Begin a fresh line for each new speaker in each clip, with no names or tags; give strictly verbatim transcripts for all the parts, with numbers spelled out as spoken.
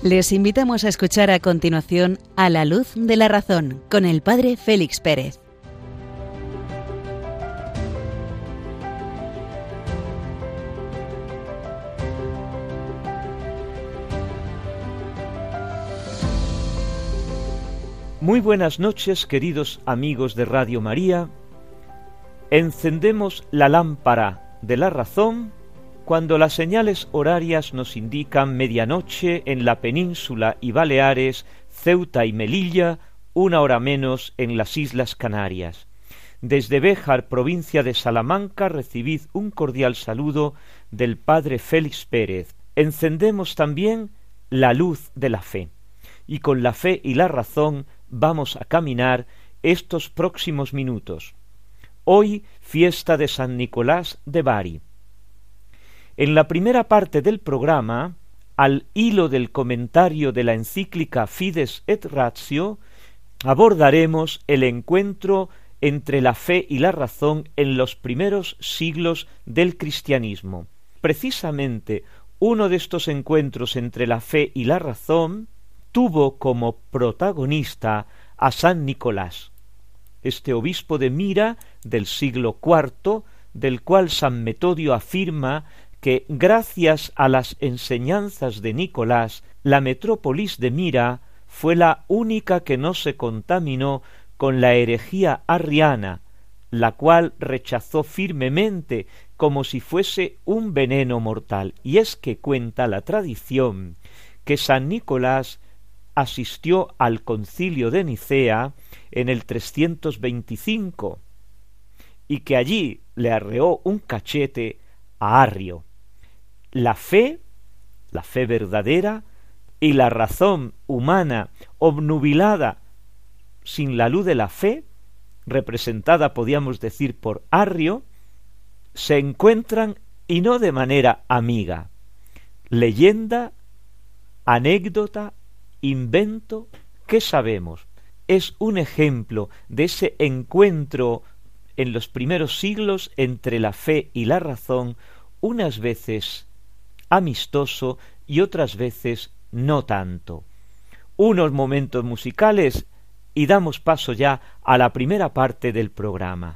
Les invitamos a escuchar a continuación A la luz de la razón con el padre Félix Pérez.
Muy buenas noches, queridos amigos de Radio María. Encendemos la lámpara de la razón cuando las señales horarias nos indican medianoche en la península y Baleares, Ceuta y Melilla, una hora menos en las Islas Canarias. Desde Béjar, provincia de Salamanca, recibid un cordial saludo del padre Félix Pérez. Encendemos también la luz de la fe, y con la fe y la razón vamos a caminar estos próximos minutos. Hoy, fiesta de San Nicolás de Bari. En la primera parte del programa, al hilo del comentario de la encíclica Fides et Ratio, abordaremos el encuentro entre la fe y la razón en los primeros siglos del cristianismo. Precisamente, uno de estos encuentros entre la fe y la razón tuvo como protagonista a San Nicolás, este obispo de Mira del siglo cuarto, del cual San Metodio afirma que gracias a las enseñanzas de Nicolás, la metrópolis de Mira fue la única que no se contaminó con la herejía arriana, la cual rechazó firmemente como si fuese un veneno mortal. Y es que cuenta la tradición que San Nicolás asistió al concilio de Nicea en el trescientos veinticinco y que allí le arreó un cachete a Arrio. La fe, la fe verdadera, y la razón humana obnubilada sin la luz de la fe, representada, podíamos decir, por Arrio, se encuentran y no de manera amiga. Leyenda, anécdota, invento, ¿qué sabemos? Es un ejemplo de ese encuentro en los primeros siglos entre la fe y la razón, unas veces amistoso y otras veces no tanto. Unos momentos musicales y damos paso ya a la primera parte del programa.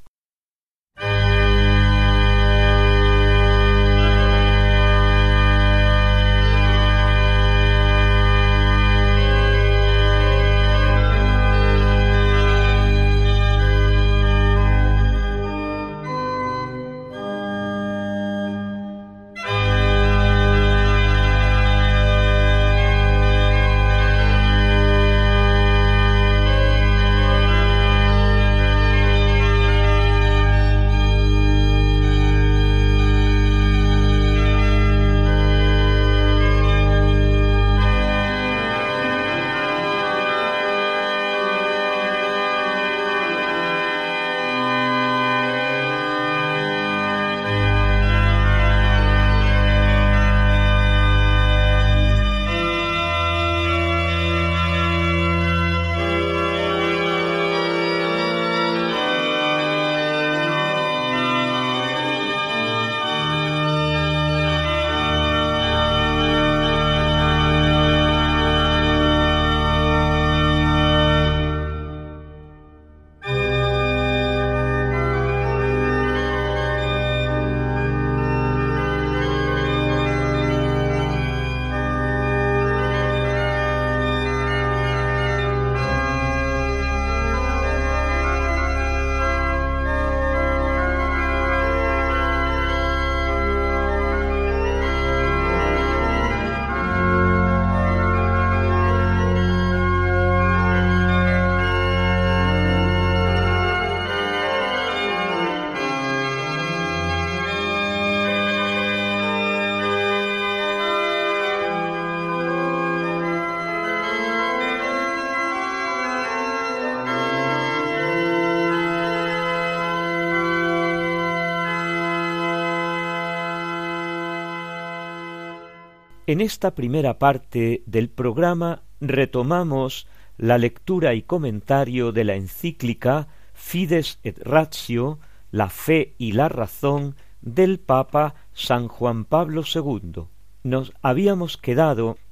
En esta primera parte del programa retomamos la lectura y comentario de la encíclica Fides et Ratio, la fe y la razón, del Papa San Juan Pablo segundo. Nos habíamos quedado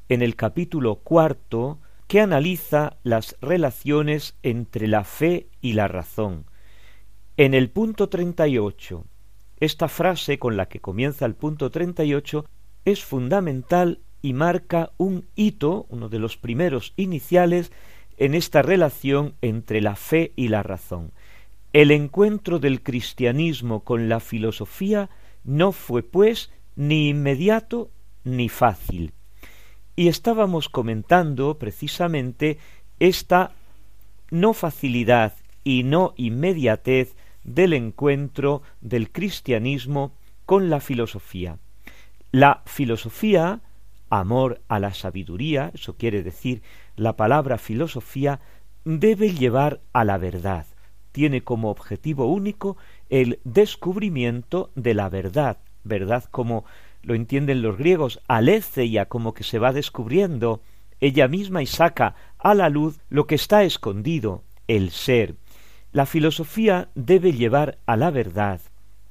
en el capítulo cuarto, que analiza las relaciones entre la fe y la razón. En el punto treinta y ocho, esta frase con la que comienza el punto treinta y ocho es fundamental y marca un hito, uno de los primeros iniciales en esta relación entre la fe y la razón. El encuentro del cristianismo con la filosofía no fue, pues, ni inmediato ni fácil. Y estábamos comentando precisamente esta no facilidad y no inmediatez del encuentro del cristianismo con la filosofía. La filosofía, amor a la sabiduría, eso quiere decir la palabra filosofía, debe llevar a la verdad. Tiene como objetivo único el descubrimiento de la verdad, verdad como lo entienden los griegos, aletheia, como que se va descubriendo ella misma y saca a la luz lo que está escondido, el ser. La filosofía debe llevar a la verdad.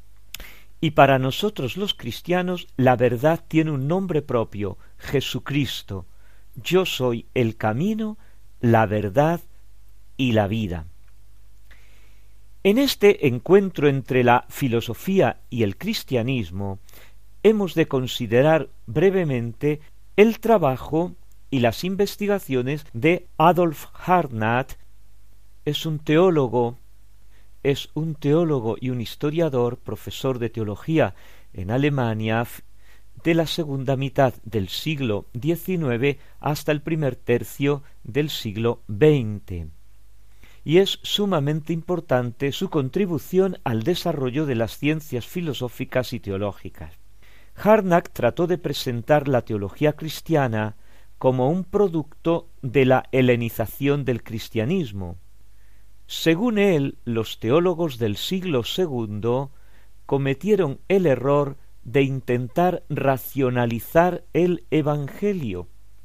Y para nosotros los cristianos la verdad tiene un nombre propio, Jesucristo. Yo soy el camino, la verdad y la vida. En este encuentro entre la filosofía y el cristianismo, hemos de considerar brevemente el trabajo y las investigaciones de Adolf Harnack. Es un teólogo, es un teólogo y un historiador, profesor de teología en Alemania de la segunda mitad del siglo diecinueve hasta el primer tercio del siglo veinte. Y es sumamente importante su contribución al desarrollo de las ciencias filosóficas y teológicas. Harnack trató de presentar la teología cristiana como un producto de la helenización del cristianismo. Según él, los teólogos del siglo segundo cometieron el error de intentar racionalizar el Evangelio.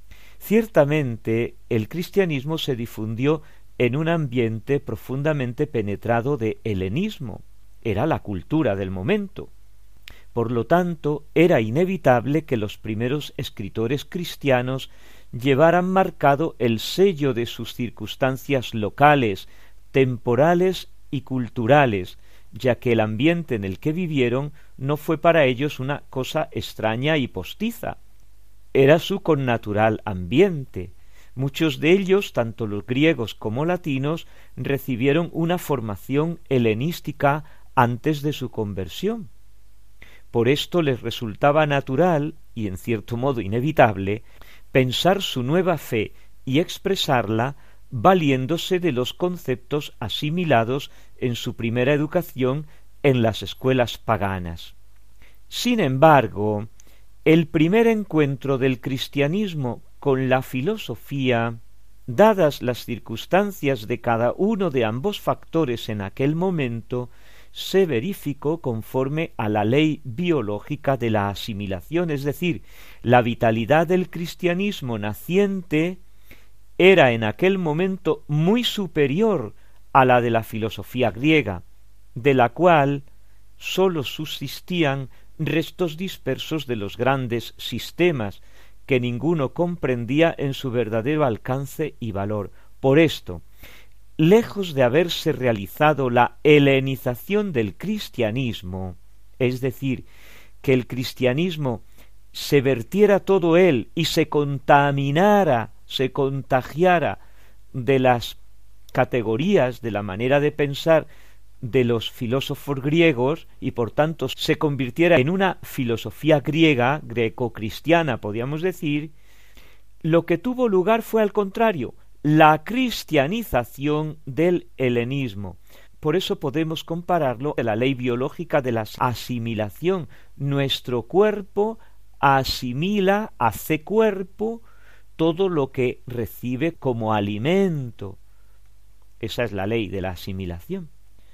Ciertamente, el cristianismo se difundió en un ambiente profundamente penetrado de helenismo. Era la cultura del momento. Por lo tanto, era inevitable que los primeros escritores cristianos llevaran marcado el sello de sus circunstancias locales, temporales y culturales, ya que el ambiente en el que vivieron no fue para ellos una cosa extraña y postiza. Era su connatural ambiente. Muchos de ellos, tanto los griegos como latinos, recibieron una formación helenística antes de su conversión. Por esto les resultaba natural, y en cierto modo inevitable, pensar su nueva fe y expresarla valiéndose de los conceptos asimilados en su primera educación en las escuelas paganas. Sin embargo, el primer encuentro del cristianismo con la filosofía, dadas las circunstancias de cada uno de ambos factores en aquel momento, se verificó conforme a la ley biológica de la asimilación, es decir, la vitalidad del cristianismo naciente era en aquel momento muy superior a la de la filosofía griega, de la cual sólo subsistían restos dispersos de los grandes sistemas, que ninguno comprendía en su verdadero alcance y valor. Por esto, lejos de haberse realizado la helenización del cristianismo, es decir, que el cristianismo se vertiera todo él y se contaminara, se contagiara de las categorías, de la manera de pensar de los filósofos griegos y por tanto se convirtiera en una filosofía griega, greco-cristiana, podríamos decir, lo que tuvo lugar fue al contrario, la cristianización del helenismo. Por eso podemos compararlo a la ley biológica de la asimilación. Nuestro cuerpo asimila, hace cuerpo, todo lo que recibe como alimento. Esa es la ley de la asimilación.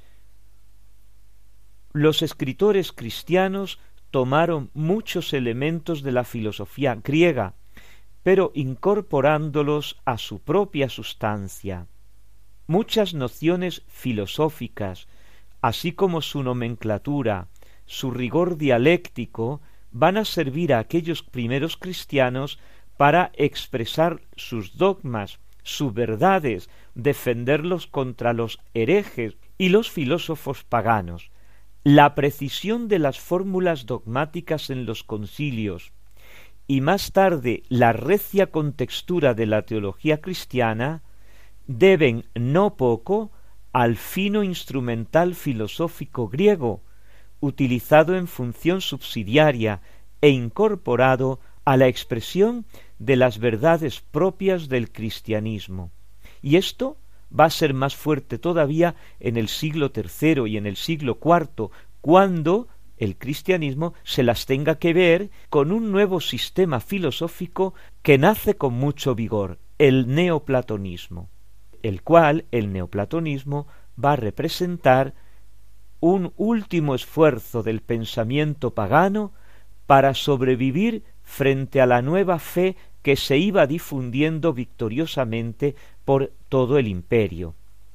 Los escritores cristianos tomaron muchos elementos de la filosofía griega, pero incorporándolos a su propia sustancia. Muchas nociones filosóficas, así como su nomenclatura, su rigor dialéctico, van a servir a aquellos primeros cristianos para expresar sus dogmas, sus verdades, defenderlos contra los herejes y los filósofos paganos. La precisión de las fórmulas dogmáticas en los concilios y más tarde la recia contextura de la teología cristiana deben no poco al fino instrumental filosófico griego, utilizado en función subsidiaria e incorporado a la expresión de las verdades propias del cristianismo. Y esto va a ser más fuerte todavía en el siglo tercero y en el siglo cuarto, cuando el cristianismo se las tenga que ver con un nuevo sistema filosófico que nace con mucho vigor, el neoplatonismo, el cual, el neoplatonismo, va a representar un último esfuerzo del pensamiento pagano para sobrevivir frente a la nueva fe que se iba difundiendo victoriosamente por todo el imperio.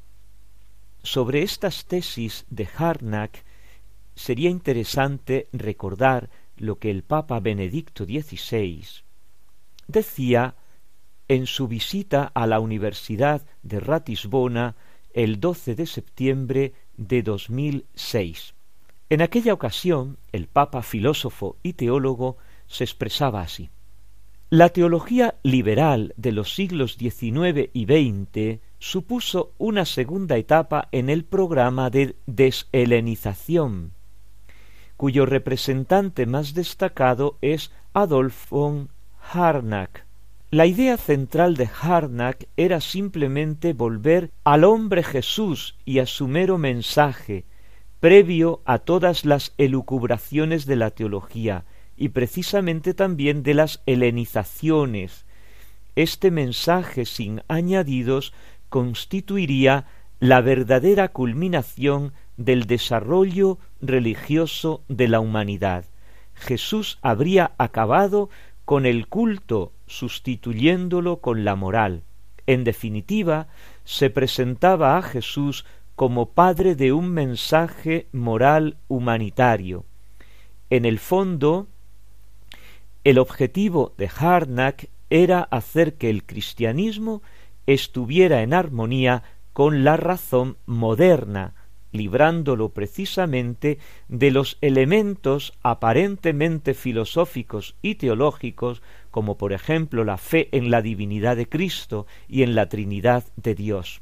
Sobre estas tesis de Harnack sería interesante recordar lo que el Papa Benedicto dieciséis decía en su visita a la Universidad de Ratisbona el doce de septiembre de dos mil seis. En aquella ocasión, el Papa, filósofo y teólogo, se expresaba así: la teología liberal de los siglos diecinueve y veinte supuso una segunda etapa en el programa de deshelenización, cuyo representante más destacado es Adolf von Harnack. La idea central de Harnack era simplemente volver al hombre Jesús y a su mero mensaje, previo a todas las elucubraciones de la teología y precisamente también de las helenizaciones. Este mensaje sin añadidos constituiría la verdadera culminación del desarrollo religioso de la humanidad. Jesús habría acabado con el culto, sustituyéndolo con la moral. En definitiva, se presentaba a Jesús como padre de un mensaje moral humanitario. En el fondo, el objetivo de Harnack era hacer que el cristianismo estuviera en armonía con la razón moderna, librándolo precisamente de los elementos aparentemente filosóficos y teológicos, como por ejemplo la fe en la divinidad de Cristo y en la Trinidad de Dios.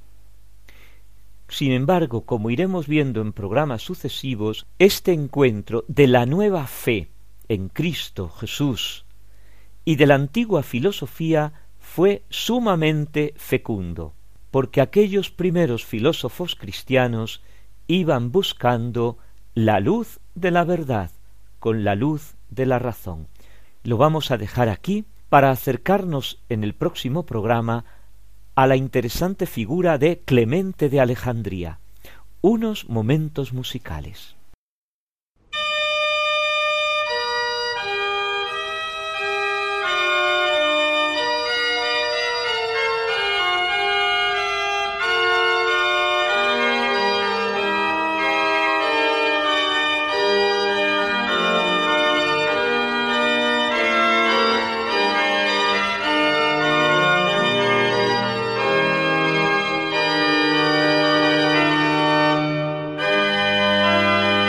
Sin embargo, como iremos viendo en programas sucesivos, este encuentro de la nueva fe en Cristo Jesús y de la antigua filosofía fue sumamente fecundo, porque aquellos primeros filósofos cristianos iban buscando la luz de la verdad con la luz de la razón. Lo vamos a dejar aquí para acercarnos en el próximo programa a la interesante figura de Clemente de Alejandría. Unos momentos musicales.
Thank you.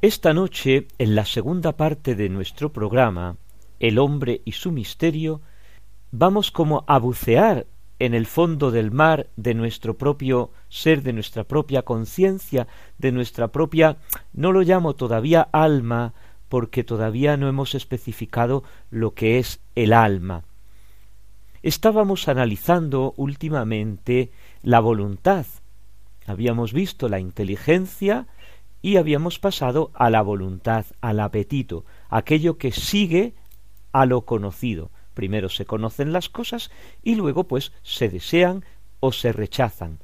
Esta noche, en la segunda parte de nuestro programa, El hombre y su misterio, vamos como a bucear en el fondo del mar de nuestro propio ser, de nuestra propia conciencia, de nuestra propia, no lo llamo todavía alma, porque todavía no hemos especificado lo que es el alma. Estábamos analizando últimamente la voluntad. Habíamos visto la inteligencia y habíamos pasado a la voluntad, al apetito, aquello que sigue a lo conocido. Primero se conocen las cosas y luego pues se desean o se rechazan.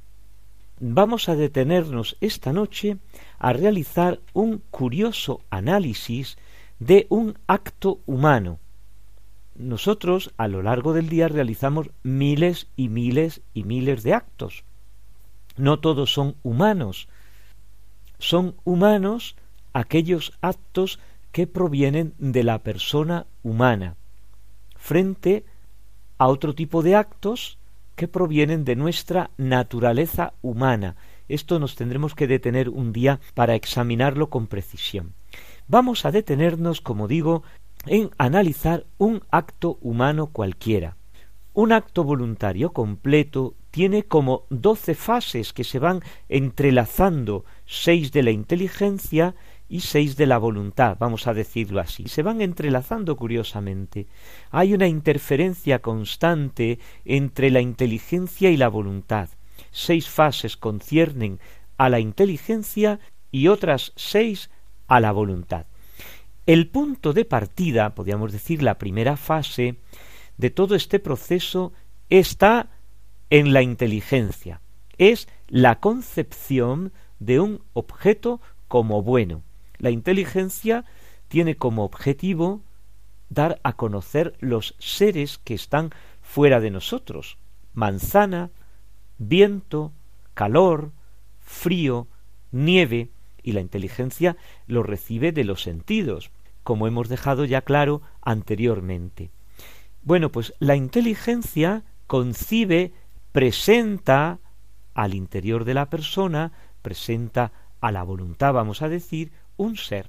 Vamos a detenernos esta noche a realizar un curioso análisis de un acto humano. Nosotros a lo largo del día realizamos miles y miles y miles de actos. No todos son humanos. Son humanos aquellos actos que provienen de la persona humana, frente a otro tipo de actos que provienen de nuestra naturaleza humana. Esto nos tendremos que detener un día para examinarlo con precisión. Vamos a detenernos, como digo, en analizar un acto humano cualquiera. Un acto voluntario completo tiene como doce fases que se van entrelazando, seis de la inteligencia y seis de la voluntad, vamos a decirlo así. Se van entrelazando curiosamente. Hay una interferencia constante entre la inteligencia y la voluntad. Seis fases conciernen a la inteligencia y otras seis a la voluntad. El punto de partida, podríamos decir la primera fase, de todo este proceso está en la inteligencia. Es la concepción de un objeto como bueno. La inteligencia tiene como objetivo dar a conocer los seres que están fuera de nosotros. Manzana, viento, calor, frío, nieve, y la inteligencia lo recibe de los sentidos, como hemos dejado ya claro anteriormente. Bueno, pues la inteligencia concibe, presenta al interior de la persona, presenta a la voluntad, vamos a decir, un ser.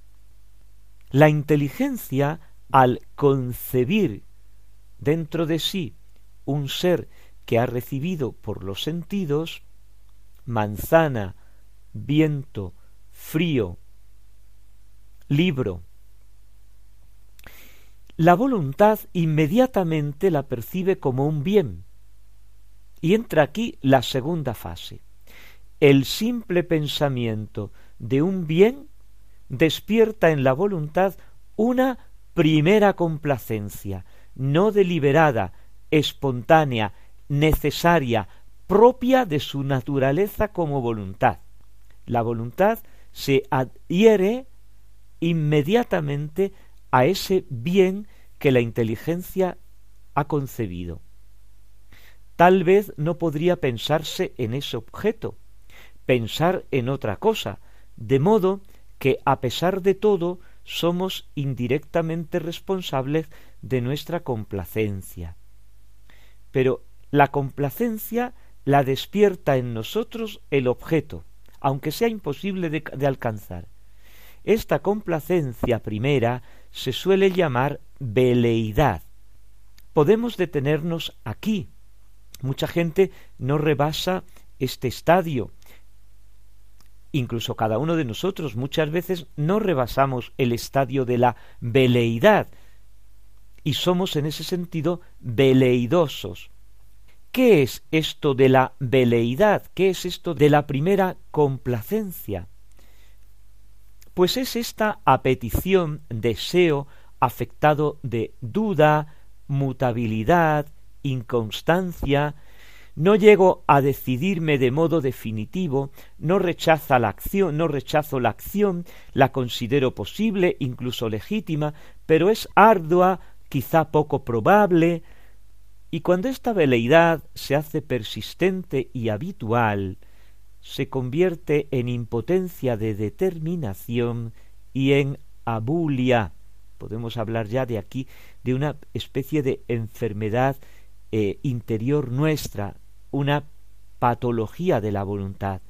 La inteligencia, al concebir dentro de sí un ser que ha recibido por los sentidos, manzana, viento, frío, libro, la voluntad inmediatamente la percibe como un bien. Y entra aquí la segunda fase. El simple pensamiento de un bien despierta en la voluntad una primera complacencia, no deliberada, espontánea, necesaria, propia de su naturaleza como voluntad. La voluntad se adhiere inmediatamente a ese bien que la inteligencia ha concebido. Tal vez no podría pensarse en ese objeto, pensar en otra cosa, de modo que a pesar de todo somos indirectamente responsables de nuestra complacencia. Pero la complacencia la despierta en nosotros el objeto, aunque sea imposible de, de alcanzar. Esta complacencia primera se suele llamar veleidad. Podemos detenernos aquí. Mucha gente no rebasa este estadio. Incluso cada uno de nosotros muchas veces no rebasamos el estadio de la veleidad y somos en ese sentido veleidosos. ¿Qué es esto de la veleidad? ¿Qué es esto de la primera complacencia? Pues es esta apetición, deseo, afectado de duda, mutabilidad, inconstancia. No llego a decidirme de modo definitivo, no rechaza la acción, no rechazo la acción, la considero posible, incluso legítima, pero es ardua, quizá poco probable. Y cuando esta veleidad se hace persistente y habitual, se convierte en impotencia de determinación y en abulia. Podemos hablar ya de aquí de una especie de enfermedad eh, interior nuestra, una patología de la voluntad.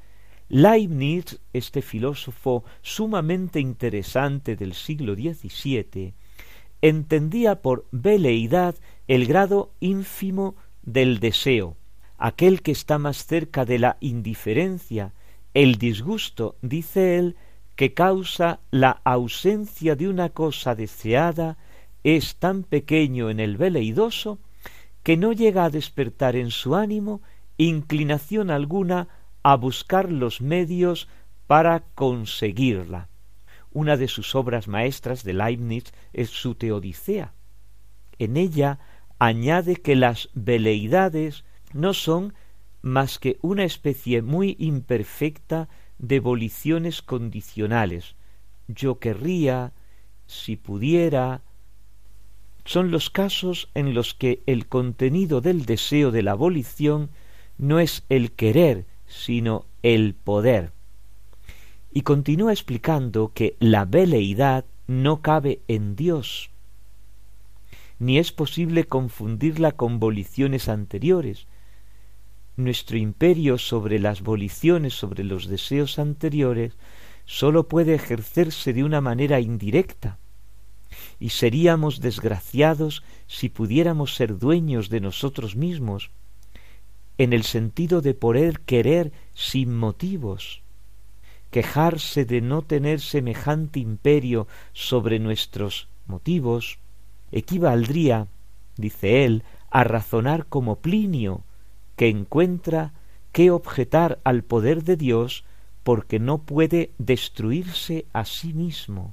Leibniz, este filósofo sumamente interesante del siglo diecisiete, entendía por veleidad el grado ínfimo del deseo, aquel que está más cerca de la indiferencia, el disgusto, dice él, que causa la ausencia de una cosa deseada, es tan pequeño en el veleidoso que no llega a despertar en su ánimo inclinación alguna a buscar los medios para conseguirla. Una de sus obras maestras de Leibniz es su Teodicea. En ella añade que las veleidades no son más que una especie muy imperfecta de voliciones condicionales. Yo querría, si pudiera. Son los casos en los que el contenido del deseo de la volición no es el querer, sino el poder. Y continúa explicando que la veleidad no cabe en Dios, ni es posible confundirla con voliciones anteriores. Nuestro imperio sobre las voliciones, sobre los deseos anteriores, sólo puede ejercerse de una manera indirecta, y seríamos desgraciados si pudiéramos ser dueños de nosotros mismos, en el sentido de poder querer sin motivos. Quejarse de no tener semejante imperio sobre nuestros motivos equivaldría, dice él, a razonar como Plinio, que encuentra qué objetar al poder de Dios porque no puede destruirse a sí mismo.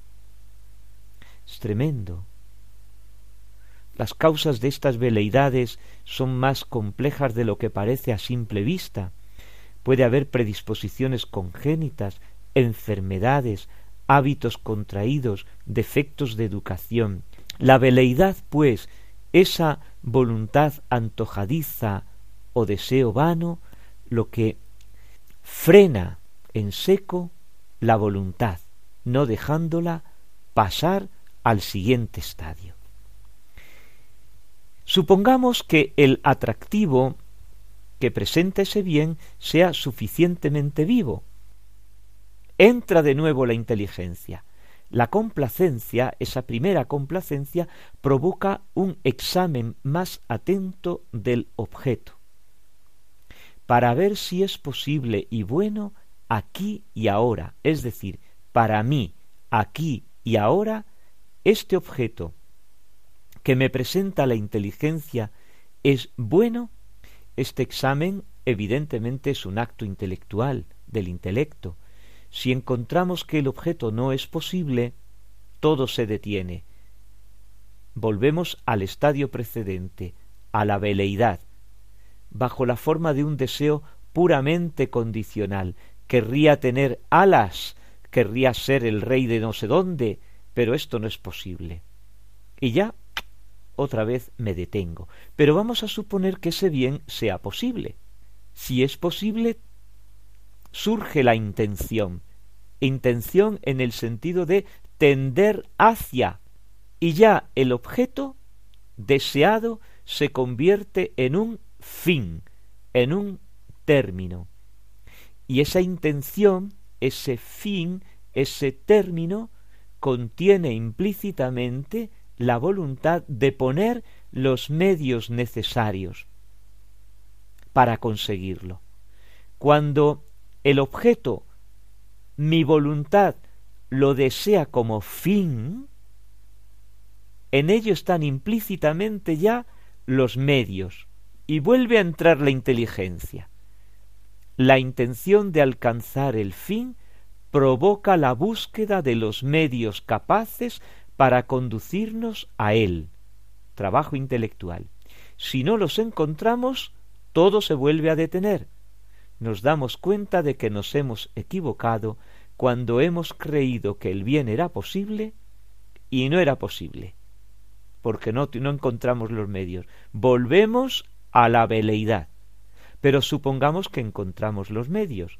Es tremendo. Las causas de estas veleidades son más complejas de lo que parece a simple vista. Puede haber predisposiciones congénitas, enfermedades, hábitos contraídos, defectos de educación. La veleidad, pues, esa voluntad antojadiza o deseo vano, lo que frena en seco la voluntad, no dejándola pasar al siguiente estadio. Supongamos que el atractivo que presenta ese bien sea suficientemente vivo. Entra de nuevo la inteligencia. La complacencia, esa primera complacencia, provoca un examen más atento del objeto, para ver si es posible y bueno aquí y ahora, es decir, para mí, aquí y ahora, este objeto que me presenta la inteligencia es bueno. Este examen evidentemente es un acto intelectual, del intelecto. Si encontramos que el objeto no es posible, todo se detiene. Volvemos al estadio precedente, a la veleidad, bajo la forma de un deseo puramente condicional. Querría tener alas, querría ser el rey de no sé dónde, pero esto no es posible. Y ya otra vez me detengo. Pero vamos a suponer que ese bien sea posible. Si es posible, surge la intención. Intención en el sentido de tender hacia, y ya el objeto deseado se convierte en un fin, en un término. Y esa intención, ese fin, ese término, contiene implícitamente la voluntad de poner los medios necesarios para conseguirlo. Cuando el objeto, mi voluntad, lo desea como fin, en ello están implícitamente ya los medios, y vuelve a entrar la inteligencia. La intención de alcanzar el fin provoca la búsqueda de los medios capaces para conducirnos a él. Trabajo intelectual. Si no los encontramos, todo se vuelve a detener. Nos damos cuenta de que nos hemos equivocado cuando hemos creído que el bien era posible y no era posible, porque no, no encontramos los medios. Volvemos a la veleidad, pero supongamos que encontramos los medios.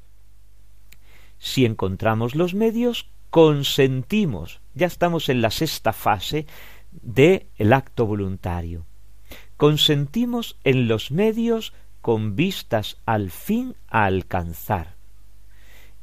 Si encontramos los medios, consentimos. Ya estamos en la sexta fase del acto voluntario. Consentimos en los medios con vistas al fin a alcanzar.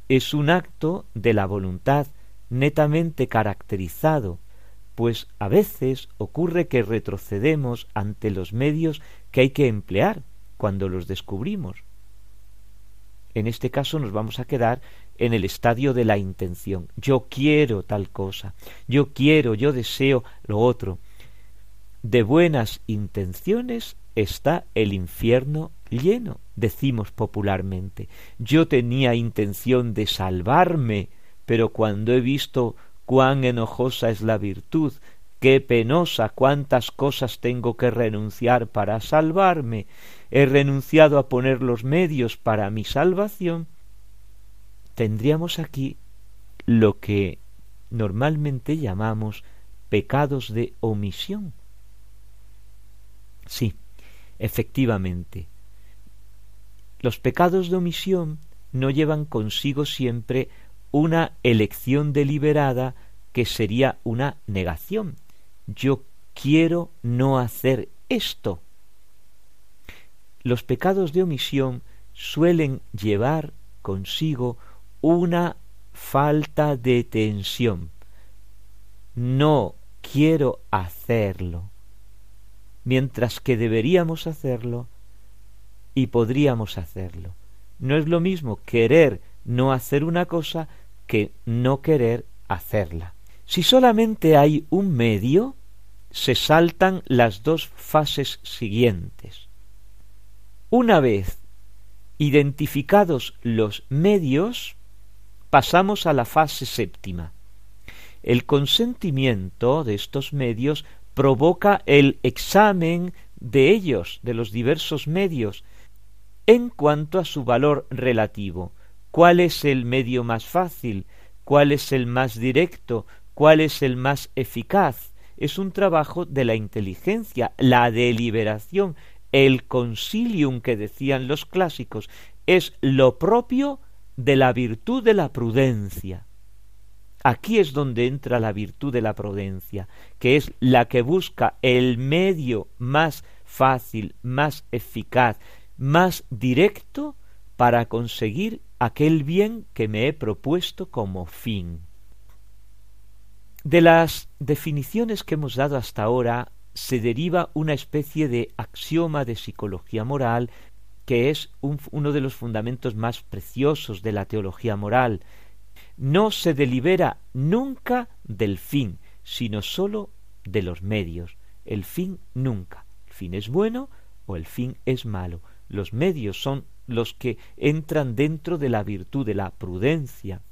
es un acto de la voluntad netamente caracterizado, pues a veces ocurre que retrocedemos ante los medios que hay que emplear cuando los descubrimos. En este caso nos vamos a quedar en el estadio de la intención. Yo quiero tal cosa, yo quiero, yo deseo lo otro. De buenas intenciones está el infierno lleno, decimos popularmente. Yo tenía intención de salvarme, pero cuando he visto cuán enojosa es la virtud, qué penosa, cuántas cosas tengo que renunciar para salvarme, he renunciado a poner los medios para mi salvación, tendríamos aquí lo que normalmente llamamos pecados de omisión. Sí, efectivamente, los pecados de omisión no llevan consigo siempre una elección deliberada que sería una negación. Yo quiero no hacer esto. Los pecados de omisión suelen llevar consigo una falta de tensión. No quiero hacerlo, mientras que deberíamos hacerlo y podríamos hacerlo. No es lo mismo querer no hacer una cosa que no querer hacerla. Si solamente hay un medio, se saltan las dos fases siguientes. Una vez identificados los medios, pasamos a la fase séptima. El consentimiento de estos medios provoca el examen de ellos, de los diversos medios, en cuanto a su valor relativo. ¿Cuál es el medio más fácil? ¿Cuál es el más directo? ¿Cuál es el más eficaz? Es un trabajo de la inteligencia, la deliberación, el consilium que decían los clásicos, es lo propio de la virtud de la prudencia. Aquí es donde entra la virtud de la prudencia, que es la que busca el medio más fácil, más eficaz, más directo para conseguir aquel bien que me he propuesto como fin. De las definiciones que hemos dado hasta ahora se deriva una especie de axioma de psicología moral que es un, uno de los fundamentos más preciosos de la teología moral. No se delibera nunca del fin, sino sólo de los medios. El fin nunca. El fin es bueno o el fin es malo. Los medios son los que entran dentro de la virtud de la prudencia.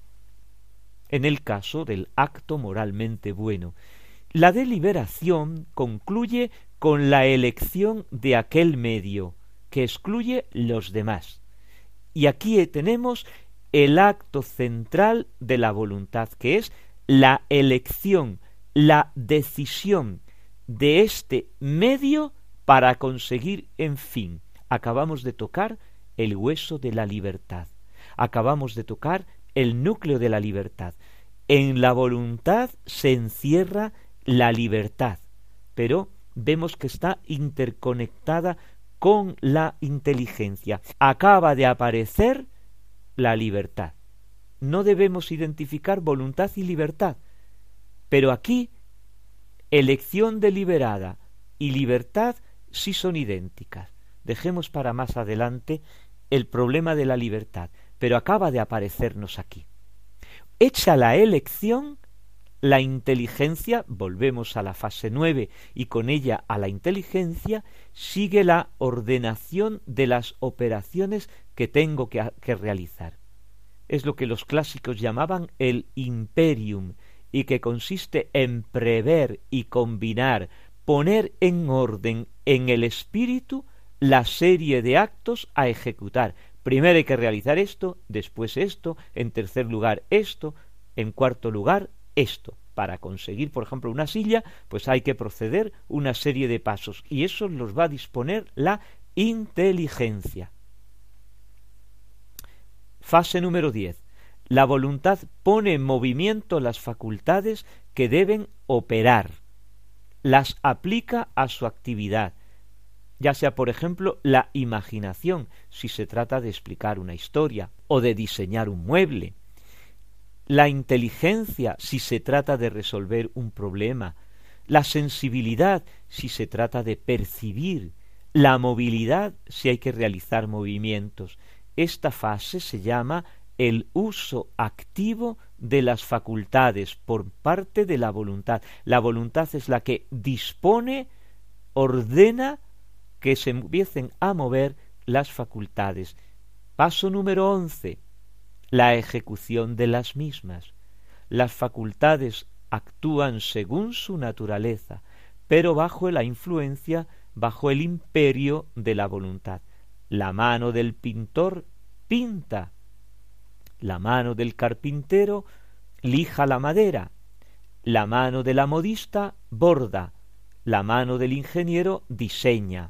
En el caso del acto moralmente bueno, la deliberación concluye con la elección de aquel medio que excluye los demás. Y aquí tenemos el acto central de la voluntad, que es la elección, la decisión de este medio para conseguir, en fin, acabamos de tocar el hueso de la libertad, acabamos de tocar el núcleo de la libertad. En la voluntad se encierra la libertad, pero vemos que está interconectada con la inteligencia. Acaba de aparecer la libertad. No debemos identificar voluntad y libertad, pero aquí elección deliberada y libertad sí son idénticas. Dejemos para más adelante el problema de la libertad, pero acaba de aparecernos aquí. Hecha la elección, la inteligencia, volvemos a la fase nueve y con ella a la inteligencia, sigue la ordenación de las operaciones que tengo que, que realizar. Es lo que los clásicos llamaban el imperium y que consiste en prever y combinar, poner en orden en el espíritu la serie de actos a ejecutar. Primero hay que realizar esto, después esto, en tercer lugar esto, en cuarto lugar esto. Para conseguir, por ejemplo, una silla, pues hay que proceder una serie de pasos, y eso los va a disponer la inteligencia. Fase número diez. La voluntad pone en movimiento las facultades que deben operar, las aplica a su actividad, ya sea, por ejemplo, la imaginación, si se trata de explicar una historia, o de diseñar un mueble. La inteligencia si se trata de resolver un problema, la sensibilidad si se trata de percibir, la movilidad si hay que realizar movimientos. Esta fase se llama el uso activo de las facultades por parte de la voluntad. La voluntad es la que dispone, ordena que se empiecen a mover las facultades. Paso número once. La ejecución de las mismas. Las facultades actúan según su naturaleza, pero bajo la influencia, bajo el imperio de la voluntad. La mano del pintor pinta, la mano del carpintero lija la madera, la mano de la modista borda, la mano del ingeniero diseña.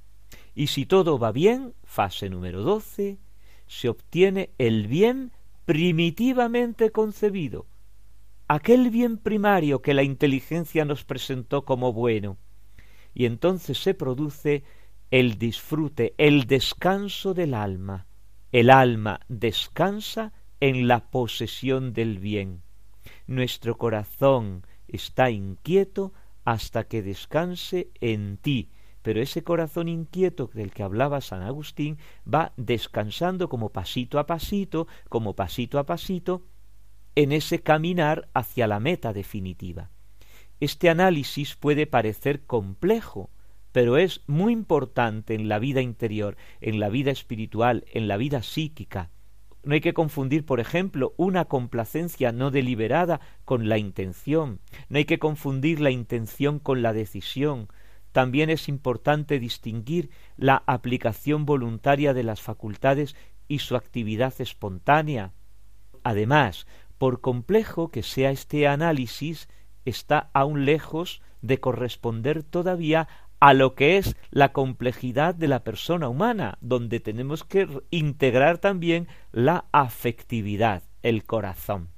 Y si todo va bien, fase número doce, se obtiene el bien primitivamente concebido, aquel bien primario que la inteligencia nos presentó como bueno, y entonces se produce el disfrute, el descanso del alma. El alma descansa en la posesión del bien. Nuestro corazón está inquieto hasta que descanse en ti. Pero ese corazón inquieto del que hablaba San Agustín va descansando como pasito a pasito, como pasito a pasito, en ese caminar hacia la meta definitiva. Este análisis puede parecer complejo, pero es muy importante en la vida interior, en la vida espiritual, en la vida psíquica. No hay que confundir, por ejemplo, una complacencia no deliberada con la intención. No hay que confundir la intención con la decisión. También es importante distinguir la aplicación voluntaria de las facultades y su actividad espontánea. Además, por complejo que sea este análisis, está aún lejos de corresponder todavía a lo que es la complejidad de la persona humana, donde tenemos que integrar también la afectividad, el corazón.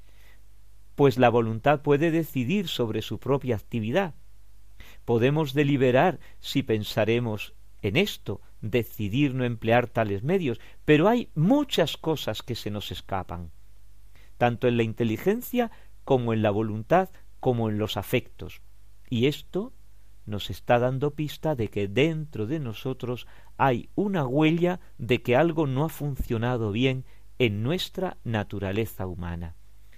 Pues la voluntad puede decidir sobre su propia actividad. Podemos deliberar si pensaremos en esto, decidir no emplear tales medios, pero hay muchas cosas que se nos escapan, tanto en la inteligencia como en la voluntad, como en los afectos. Y esto nos está dando pista de que dentro de nosotros hay una huella de que algo no ha funcionado bien en nuestra naturaleza humana.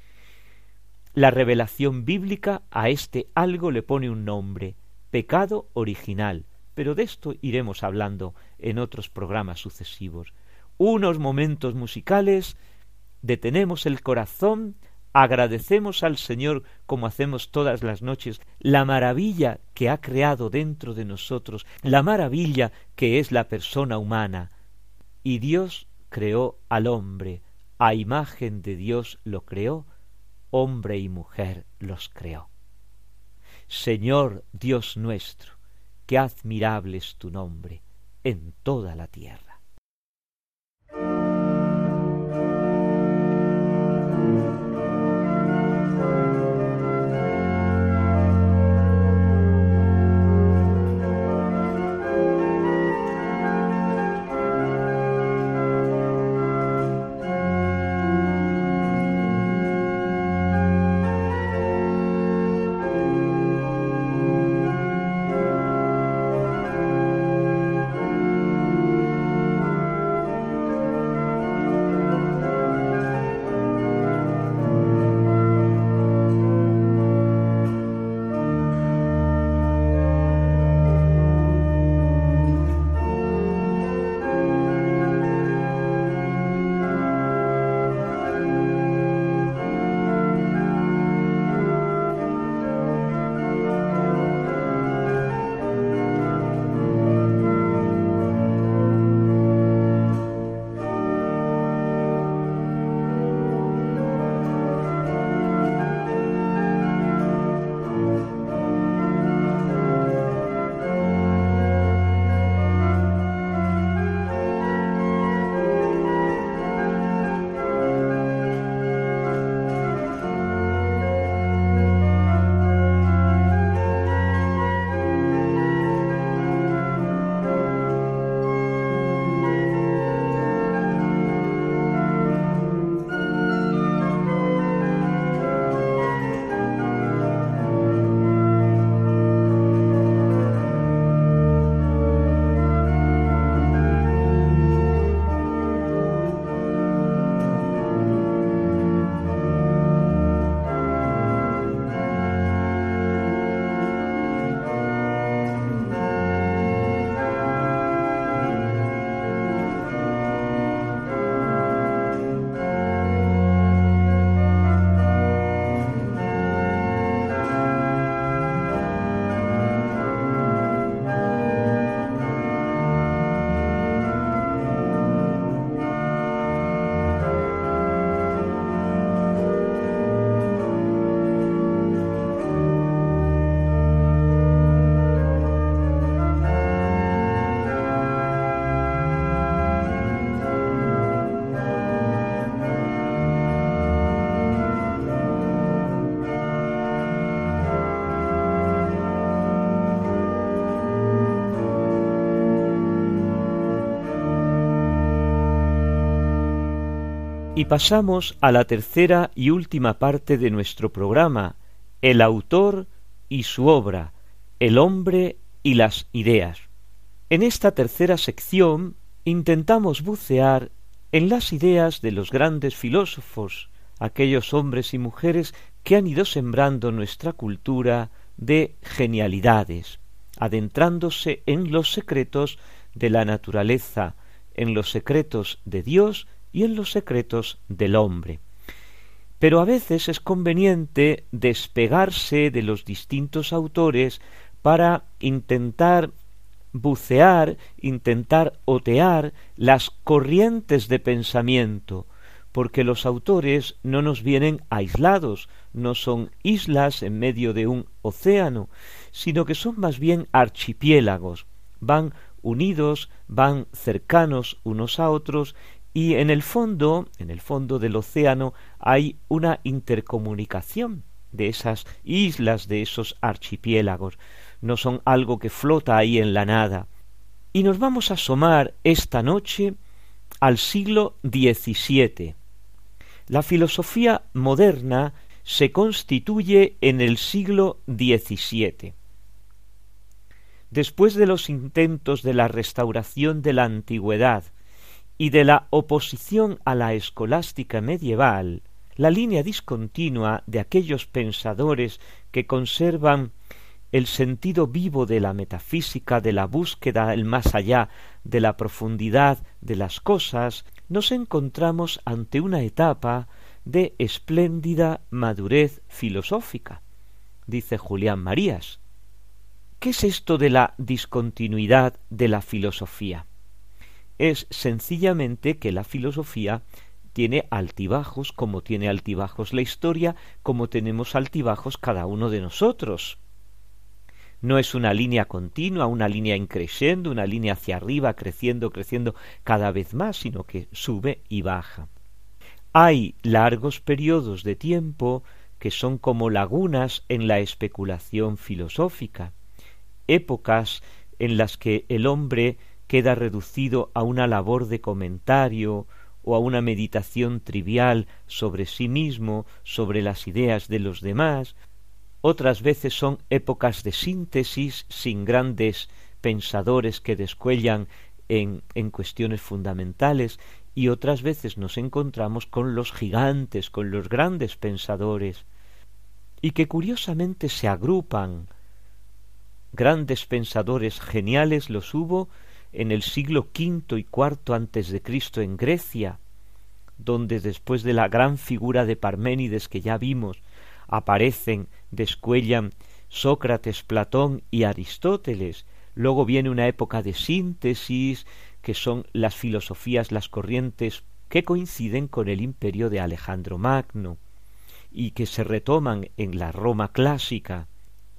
La revelación bíblica a este algo le pone un nombre: pecado original, pero de esto iremos hablando en otros programas sucesivos. Unos momentos musicales, detenemos el corazón, agradecemos al Señor, como hacemos todas las noches, la maravilla que ha creado dentro de nosotros, la maravilla que es la persona humana. Y Dios creó al hombre, a imagen de Dios lo creó, hombre y mujer los creó. Señor Dios nuestro, qué admirable es tu nombre en toda la tierra. Y pasamos a la tercera y última parte de nuestro programa, el autor y su obra, el hombre y las ideas. En esta tercera sección intentamos bucear en las ideas de los grandes filósofos, aquellos hombres y mujeres que han ido sembrando nuestra cultura de genialidades, adentrándose en los secretos de la naturaleza, en los secretos de Dios y en los secretos del hombre. Pero a veces es conveniente despegarse de los distintos autores para intentar bucear, intentar otear las corrientes de pensamiento, porque los autores no nos vienen aislados, no son islas en medio de un océano, sino que son más bien archipiélagos, van unidos, van cercanos unos a otros, y en el fondo, en el fondo del océano, hay una intercomunicación de esas islas, de esos archipiélagos. No son algo que flota ahí en la nada. Y nos vamos a asomar esta noche al siglo diecisiete. La filosofía moderna se constituye en el siglo diecisiete. Después de los intentos de la restauración de la antigüedad y de la oposición a la escolástica medieval, la línea discontinua de aquellos pensadores que conservan el sentido vivo de la metafísica, de la búsqueda del más allá, de la profundidad de las cosas, nos encontramos ante una etapa de espléndida madurez filosófica. Dice Julián Marías, ¿qué es esto de la discontinuidad de la filosofía? Es sencillamente que la filosofía tiene altibajos, como tiene altibajos la historia, como tenemos altibajos cada uno de nosotros. No es una línea continua, una línea increciendo, una línea hacia arriba, creciendo, creciendo cada vez más, sino que sube y baja. Hay largos periodos de tiempo que son como lagunas en la especulación filosófica, épocas en las que el hombre queda reducido a una labor de comentario o a una meditación trivial sobre sí mismo, sobre las ideas de los demás. Otras veces son épocas de síntesis sin grandes pensadores que descuellan en, en cuestiones fundamentales, y otras veces nos encontramos con los gigantes, con los grandes pensadores, y que curiosamente se agrupan. Grandes pensadores geniales los hubo en el siglo quinto y cuarto antes de Cristo en Grecia, donde después de la gran figura de Parménides que ya vimos, aparecen, descuellan Sócrates, Platón y Aristóteles. Luego viene una época de síntesis, que son las filosofías, las corrientes que coinciden con el imperio de Alejandro Magno y que se retoman en la Roma clásica.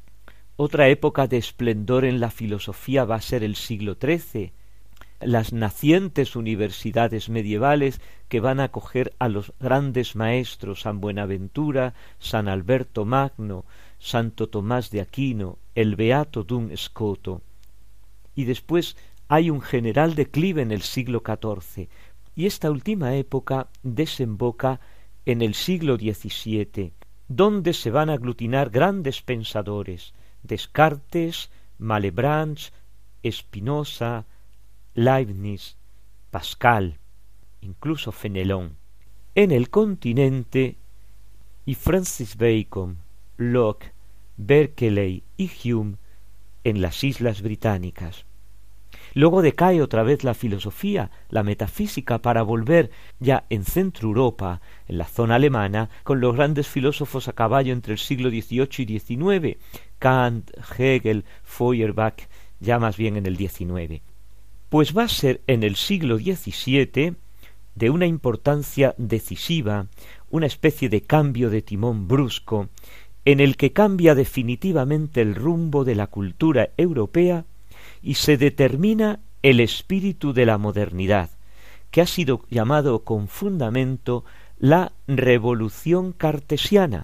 Otra época de esplendor en la filosofía va a ser el siglo trece, las nacientes universidades medievales que van a acoger a los grandes maestros San Buenaventura, San Alberto Magno, Santo Tomás de Aquino, el Beato Dun Scoto. Y después hay un general declive en el siglo catorce, y esta última época desemboca en el siglo diecisiete, donde se van a aglutinar grandes pensadores, Descartes, Malebranche, Spinoza, Leibniz, Pascal, incluso Fenelón. En el continente, y Francis Bacon, Locke, Berkeley y Hume en las Islas Británicas. Luego decae otra vez la filosofía, la metafísica, para volver ya en Centro Europa, en la zona alemana, con los grandes filósofos a caballo entre el siglo dieciocho y diecinueve, Kant, Hegel, Feuerbach, ya más bien en el diecinueve. Pues va a ser en el siglo diecisiete de una importancia decisiva, una especie de cambio de timón brusco, en el que cambia definitivamente el rumbo de la cultura europea y se determina el espíritu de la modernidad, que ha sido llamado con fundamento la revolución cartesiana.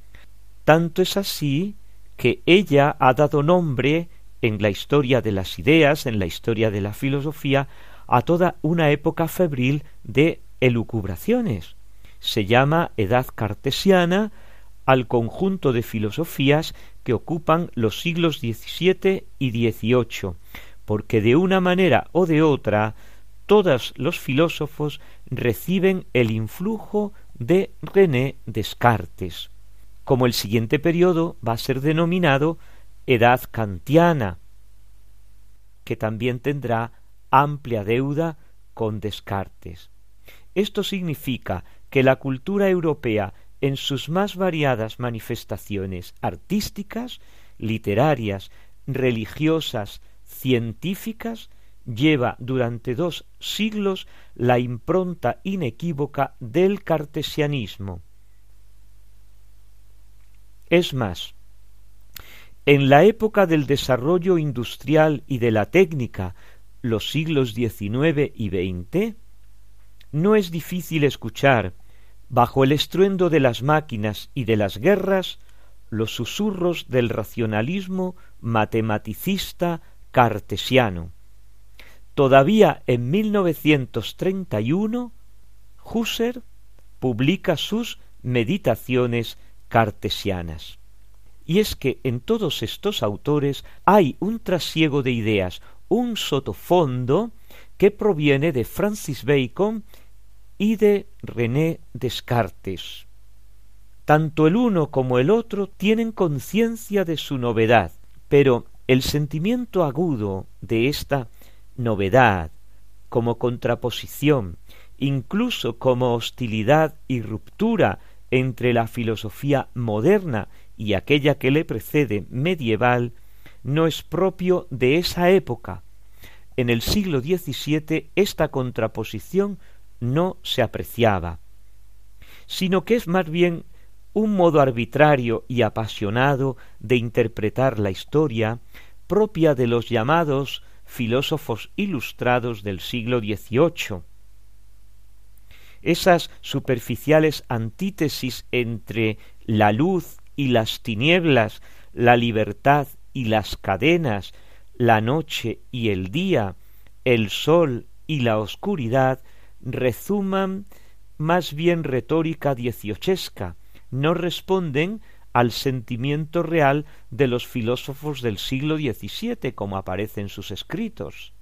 Tanto es así que ella ha dado nombre en la historia de las ideas, en la historia de la filosofía, a toda una época febril de elucubraciones, se llama edad cartesiana al conjunto de filosofías que ocupan los siglos diecisiete y dieciocho, porque de una manera o de otra todos los filósofos reciben el influjo de René Descartes, como el siguiente periodo va a ser denominado edad kantiana, que también tendrá amplia deuda con Descartes. Esto significa que la cultura europea, en sus más variadas manifestaciones artísticas, literarias, religiosas, científicas, lleva durante dos siglos la impronta inequívoca del cartesianismo. Es más, en la época del desarrollo industrial y de la técnica, los siglos diecinueve y veinte, no es difícil escuchar, bajo el estruendo de las máquinas y de las guerras, los susurros del racionalismo matematicista cartesiano. Todavía en mil novecientos treinta y uno, Husserl publica sus Meditaciones cartesianas. Y es que en todos estos autores hay un trasiego de ideas, un sotofondo que proviene de Francis Bacon y de René Descartes. Tanto el uno como el otro tienen conciencia de su novedad, pero el sentimiento agudo de esta novedad, como contraposición, incluso como hostilidad y ruptura entre la filosofía moderna y aquella que le precede medieval, no es propio de esa época. En el siglo diecisiete esta contraposición no se apreciaba, sino que es más bien un modo arbitrario y apasionado de interpretar la historia propia de los llamados filósofos ilustrados del siglo dieciocho. Esas superficiales antítesis entre la luz y las tinieblas, la libertad y las cadenas, la noche y el día, el sol y la oscuridad, rezuman más bien retórica dieciochesca, no responden al sentimiento real de los filósofos del siglo diecisiete, como aparece en sus escritos.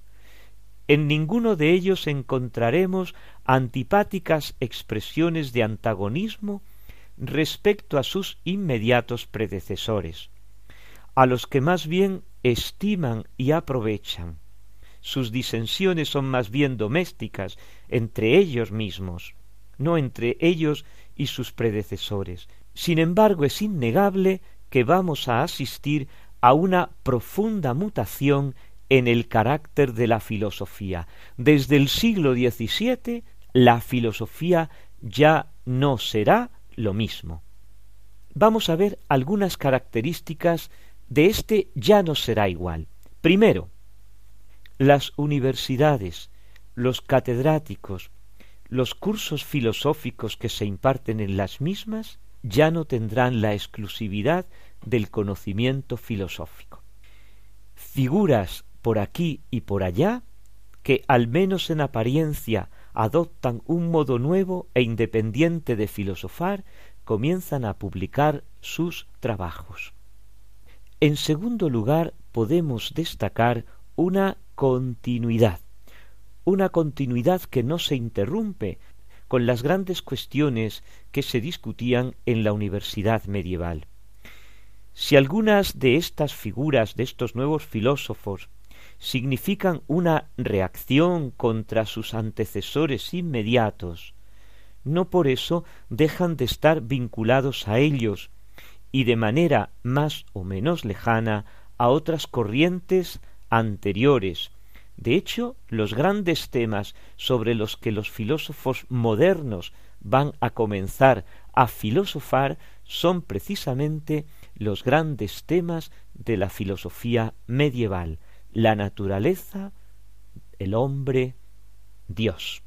En ninguno de ellos encontraremos antipáticas expresiones de antagonismo respecto a sus inmediatos predecesores, a los que más bien estiman y aprovechan. Sus disensiones son más bien domésticas entre ellos mismos, no entre ellos y sus predecesores. Sin embargo, es innegable que vamos a asistir a una profunda mutación en el carácter de la filosofía. Desde el siglo diecisiete, la filosofía ya no será lo mismo. Vamos a ver algunas características de este ya no será igual. Primero, las universidades, los catedráticos, los cursos filosóficos que se imparten en las mismas ya no tendrán la exclusividad del conocimiento filosófico. Figuras por aquí y por allá que, al menos en apariencia, adoptan un modo nuevo e independiente de filosofar, comienzan a publicar sus trabajos. En segundo lugar, podemos destacar una continuidad, una continuidad que no se interrumpe con las grandes cuestiones que se discutían en la universidad medieval. Si algunas de estas figuras, de estos nuevos filósofos, significan una reacción contra sus antecesores inmediatos, no por eso dejan de estar vinculados a ellos y de manera más o menos lejana a otras corrientes anteriores. De hecho, los grandes temas sobre los que los filósofos modernos van a comenzar a filosofar son precisamente los grandes temas de la filosofía medieval: la naturaleza, el hombre, Dios.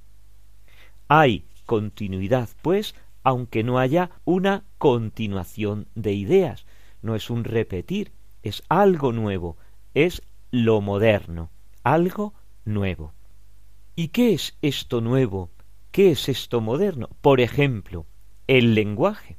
Hay continuidad, pues, aunque no haya una continuación de ideas. No es un repetir, es algo nuevo, es lo moderno, algo nuevo. ¿Y qué es esto nuevo ¿Qué es esto moderno? Por ejemplo, el lenguaje.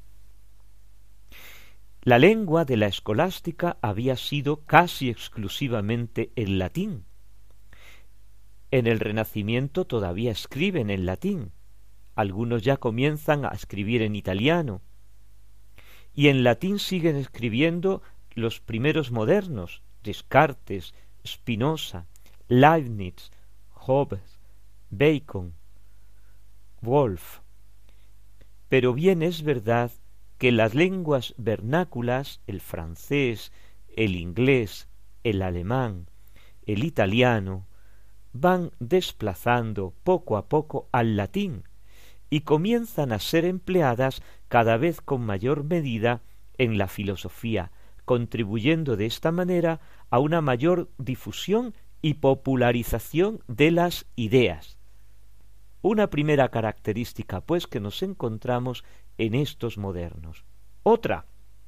La lengua de la escolástica había sido casi exclusivamente el latín. En el Renacimiento todavía escriben en latín. Algunos ya comienzan a escribir en italiano. Y en latín siguen escribiendo los primeros modernos, Descartes, Spinoza, Leibniz, Hobbes, Bacon, Wolff. Pero bien es verdad que las lenguas vernáculas, el francés, el inglés, el alemán, el italiano, van desplazando poco a poco al latín y comienzan a ser empleadas cada vez con mayor medida en la filosofía, contribuyendo de esta manera a una mayor difusión y popularización de las ideas. Una primera característica, pues, que nos encontramos en estos modernos. Otra,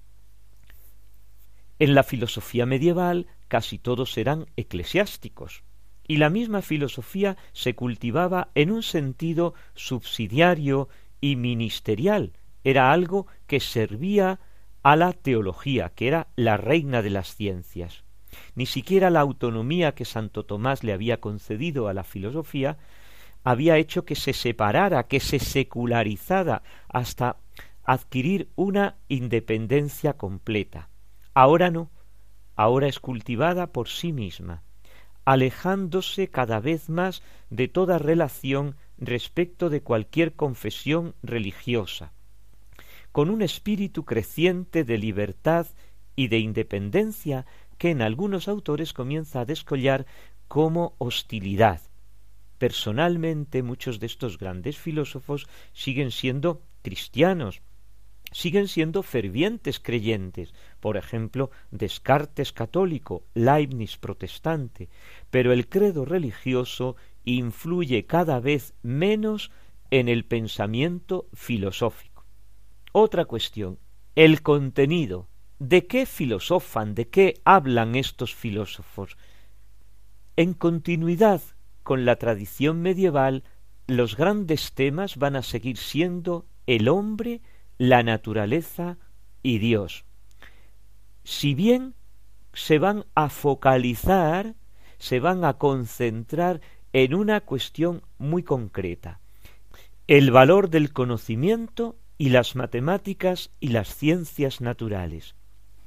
en la filosofía medieval casi todos eran eclesiásticos, y la misma filosofía se cultivaba en un sentido subsidiario y ministerial. Era algo que servía a la teología, que era la reina de las ciencias. Ni siquiera la autonomía que Santo Tomás le había concedido a la filosofía había hecho que se separara, que se secularizara, hasta adquirir una independencia completa. Ahora no, ahora es cultivada por sí misma, alejándose cada vez más de toda relación respecto de cualquier confesión religiosa, con un espíritu creciente de libertad y de independencia que en algunos autores comienza a descollar como hostilidad. Personalmente, muchos de estos grandes filósofos siguen siendo cristianos, siguen siendo fervientes creyentes. Por ejemplo, Descartes católico, Leibniz protestante, pero el credo religioso influye cada vez menos en el pensamiento filosófico. Otra cuestión, el contenido. ¿De qué filosofan, de qué hablan estos filósofos? En continuidad con la tradición medieval, los grandes temas van a seguir siendo el hombre, la naturaleza y Dios. Si bien se van a focalizar, se van a concentrar en una cuestión muy concreta: el valor del conocimiento y las matemáticas y las ciencias naturales.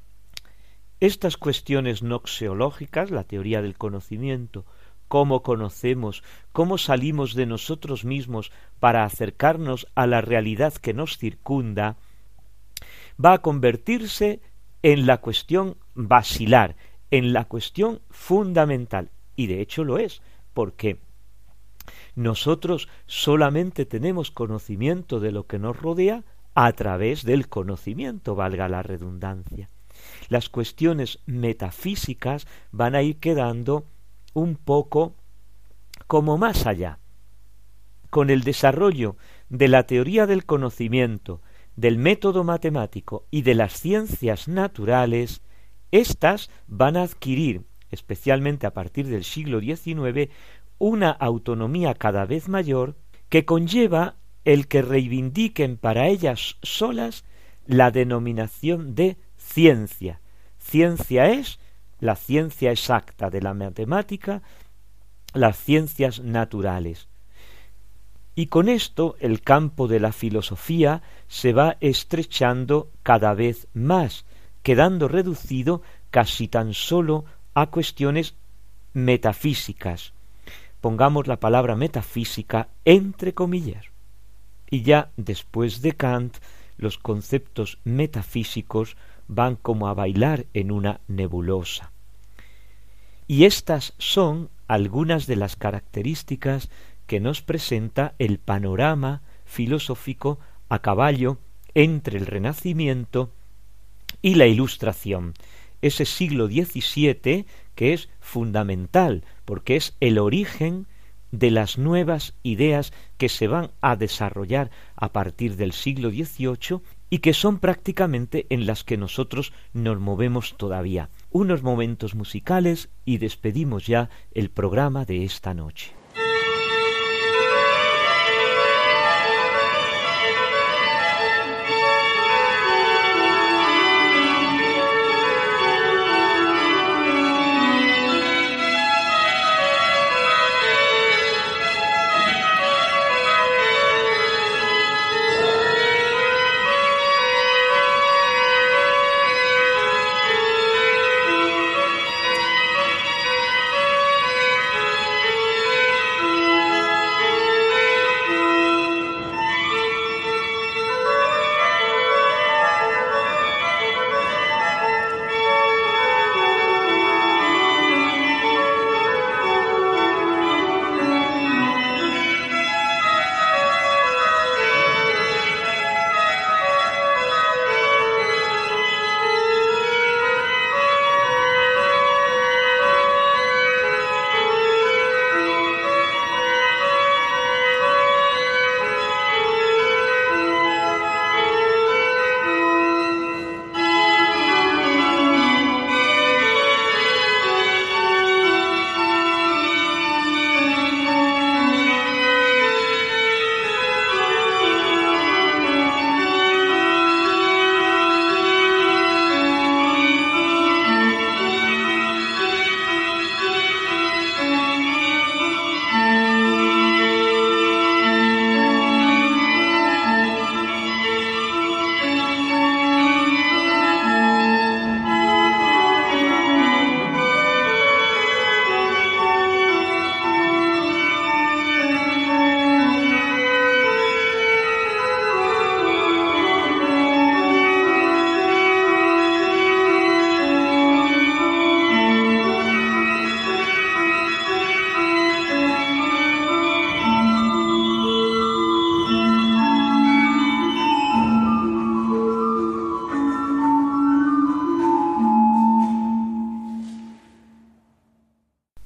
Estas cuestiones noxeológicas, la teoría del conocimiento, cómo conocemos, cómo salimos de nosotros mismos para acercarnos a la realidad que nos circunda, va a convertirse en la cuestión basilar, en la cuestión fundamental, y de hecho lo es, porque nosotros solamente tenemos conocimiento de lo que nos rodea a través del conocimiento, valga la redundancia. Las cuestiones metafísicas van a ir quedando un poco como más allá. Con el desarrollo de la teoría del conocimiento, del método matemático y de las ciencias naturales, éstas van a adquirir, especialmente a partir del siglo diecinueve, una autonomía cada vez mayor que conlleva el que reivindiquen para ellas solas la denominación de ciencia. Ciencia es la ciencia exacta de la matemática, las ciencias naturales. Y con esto el campo de la filosofía se va estrechando cada vez más, quedando reducido casi tan solo a cuestiones metafísicas. Pongamos la palabra metafísica entre comillas. Y ya después de Kant, los conceptos metafísicos van como a bailar en una nebulosa. Y estas son algunas de las características que nos presenta el panorama filosófico a caballo entre el Renacimiento y la Ilustración, ese siglo diecisiete que es fundamental porque es el origen de las nuevas ideas que se van a desarrollar a partir del siglo dieciocho y que son prácticamente en las que nosotros nos movemos todavía. Unos momentos musicales y despedimos ya el programa de esta noche.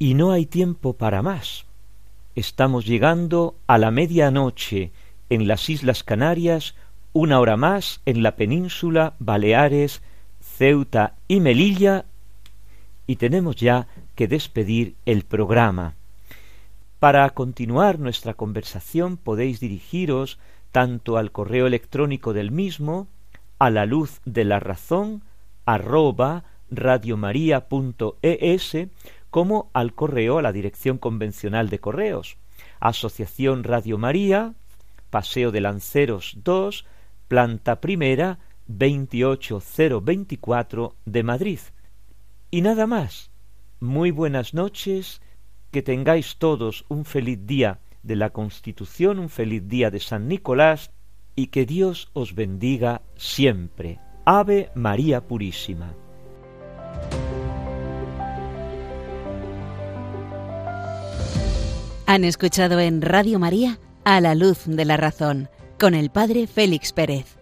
y no hay tiempo para más. Estamos llegando a la medianoche en las Islas Canarias, una hora más en la península, Baleares, Ceuta y Melilla, y tenemos ya que despedir el programa. Para continuar nuestra conversación podéis dirigiros tanto al correo electrónico del mismo, a la luz de la razón, arroba radiomaria.es, como al correo a la dirección convencional de correos, Asociación Radio María, Paseo de Lanceros dos, planta primera, veintiocho mil veinticuatro de Madrid. Y nada más. Muy buenas noches, que tengáis todos un feliz día de la Constitución, un feliz día de San Nicolás, y que Dios os bendiga siempre. Ave María Purísima.
Han escuchado en Radio María A la Luz de la Razón, con el Padre Félix Pérez.